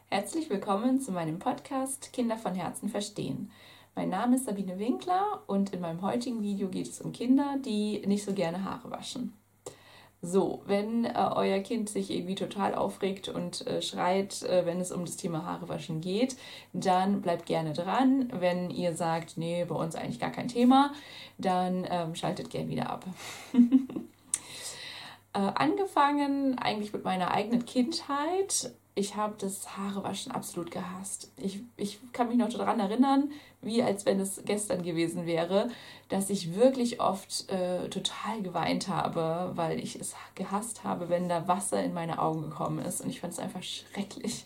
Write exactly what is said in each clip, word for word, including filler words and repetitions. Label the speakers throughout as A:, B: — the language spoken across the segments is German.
A: Herzlich willkommen zu meinem Podcast Kinder von Herzen verstehen. Mein Name ist Sabine Winkler und in meinem heutigen Video geht es um Kinder, die nicht so gerne Haare waschen. So, wenn äh, euer Kind sich irgendwie total aufregt und äh, schreit, äh, wenn es um das Thema Haare waschen geht, dann bleibt gerne dran. Wenn ihr sagt, nee, bei uns eigentlich gar kein Thema, dann ähm, schaltet gerne wieder ab. äh, angefangen eigentlich mit meiner eigenen Kindheit. Ich habe das Haarewaschen absolut gehasst. Ich, ich kann mich noch daran erinnern, wie als wenn es gestern gewesen wäre, dass ich wirklich oft äh, total geweint habe, weil ich es gehasst habe, wenn da Wasser in meine Augen gekommen ist. Und ich fand es einfach schrecklich.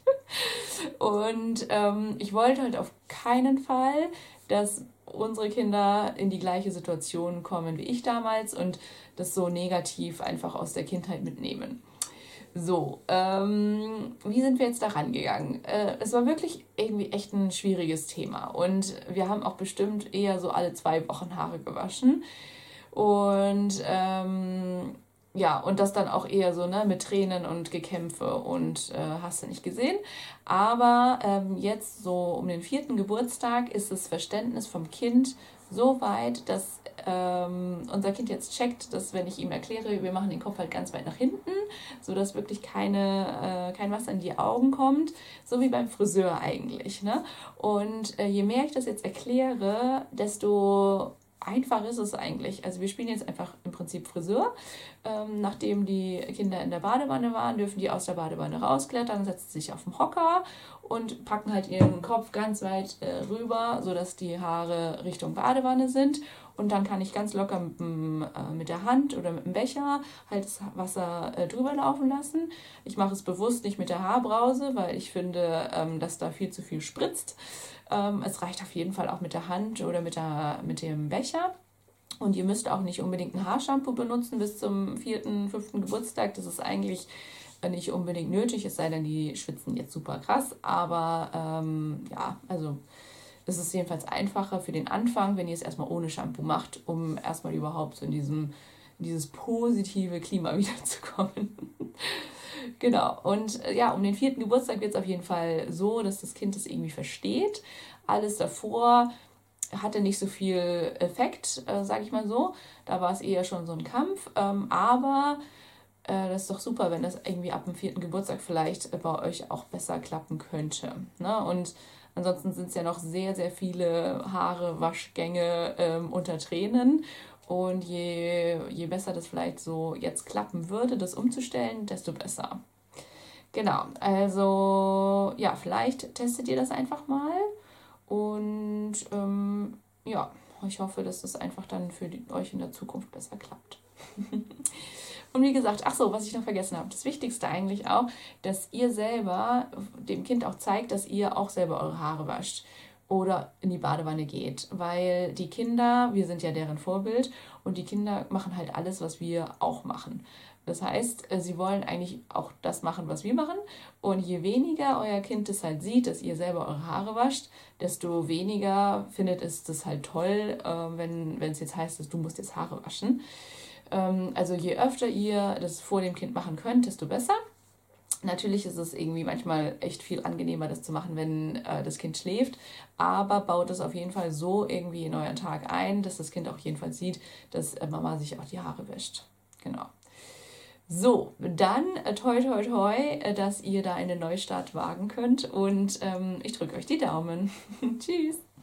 A: Und ähm, ich wollte halt auf keinen Fall, dass unsere Kinder in die gleiche Situation kommen wie ich damals und das so negativ einfach aus der Kindheit mitnehmen. So, ähm, wie sind wir jetzt da rangegangen? Äh, es war wirklich irgendwie echt ein schwieriges Thema und wir haben auch bestimmt eher so alle zwei Wochen Haare gewaschen und ähm, ja, und das dann auch eher so ne, mit Tränen und Gekämpfe und äh, hast du nicht gesehen. Aber ähm, jetzt so um den vierten Geburtstag ist das Verständnis vom Kind so weit, dass ähm, unser Kind jetzt checkt, dass wenn ich ihm erkläre, wir machen den Kopf halt ganz weit nach hinten, sodass wirklich keine, äh, kein Wasser in die Augen kommt, so wie beim Friseur eigentlich. Ne? Und äh, je mehr ich das jetzt erkläre, desto einfach ist es eigentlich. Also wir spielen jetzt einfach im Prinzip Friseur. Ähm, nachdem die Kinder in der Badewanne waren, dürfen die aus der Badewanne rausklettern, setzen sich auf den Hocker und packen halt ihren Kopf ganz weit äh, rüber, sodass die Haare Richtung Badewanne sind. Und dann kann ich ganz locker mit, dem, äh, mit der Hand oder mit dem Becher halt das Wasser äh, drüber laufen lassen. Ich mache es bewusst nicht mit der Haarbrause, weil ich finde, ähm, dass da viel zu viel spritzt. Ähm, es reicht auf jeden Fall auch mit der Hand oder mit, der, mit dem Becher. Und ihr müsst auch nicht unbedingt ein Haarshampoo benutzen bis zum vierten, fünften Geburtstag. Das ist eigentlich nicht unbedingt nötig, es sei denn, die schwitzen jetzt super krass. Aber ähm, ja, also es ist jedenfalls einfacher für den Anfang, wenn ihr es erstmal ohne Shampoo macht, um erstmal überhaupt so in, diesem, in dieses positive Klima wiederzukommen. Genau, und ja, um den vierten Geburtstag wird es auf jeden Fall so, dass das Kind es irgendwie versteht. Alles davor hatte nicht so viel Effekt, äh, sage ich mal so. Da war es eher schon so ein Kampf. Ähm, aber äh, das ist doch super, wenn das irgendwie ab dem vierten Geburtstag vielleicht äh, bei euch auch besser klappen könnte. Ne? Und ansonsten sind es ja noch sehr, sehr viele Haare, Waschgänge ähm, unter Tränen. Und je, je besser das vielleicht so jetzt klappen würde, das umzustellen, desto besser. Genau, also ja, vielleicht testet ihr das einfach mal. Und ähm, ja, ich hoffe, dass das einfach dann für die, euch in der Zukunft besser klappt. Und wie gesagt, ach so, was ich noch vergessen habe, das Wichtigste eigentlich auch, dass ihr selber dem Kind auch zeigt, dass ihr auch selber eure Haare wascht oder in die Badewanne geht, weil die Kinder, wir sind ja deren Vorbild und die Kinder machen halt alles, was wir auch machen. Das heißt, sie wollen eigentlich auch das machen, was wir machen. Und je weniger euer Kind es halt sieht, dass ihr selber eure Haare wascht, desto weniger findet es das halt toll, wenn wenn es jetzt heißt, dass du musst jetzt Haare waschen. Also je öfter ihr das vor dem Kind machen könnt, desto besser. Natürlich ist es irgendwie manchmal echt viel angenehmer, das zu machen, wenn äh, das Kind schläft. Aber baut es auf jeden Fall so irgendwie in euren Tag ein, dass das Kind auch jedenfalls sieht, dass äh, Mama sich auch die Haare wäscht. Genau. So, dann äh, toi toi toi, äh, dass ihr da einen Neustart wagen könnt. Und ähm, ich drücke euch die Daumen. Tschüss.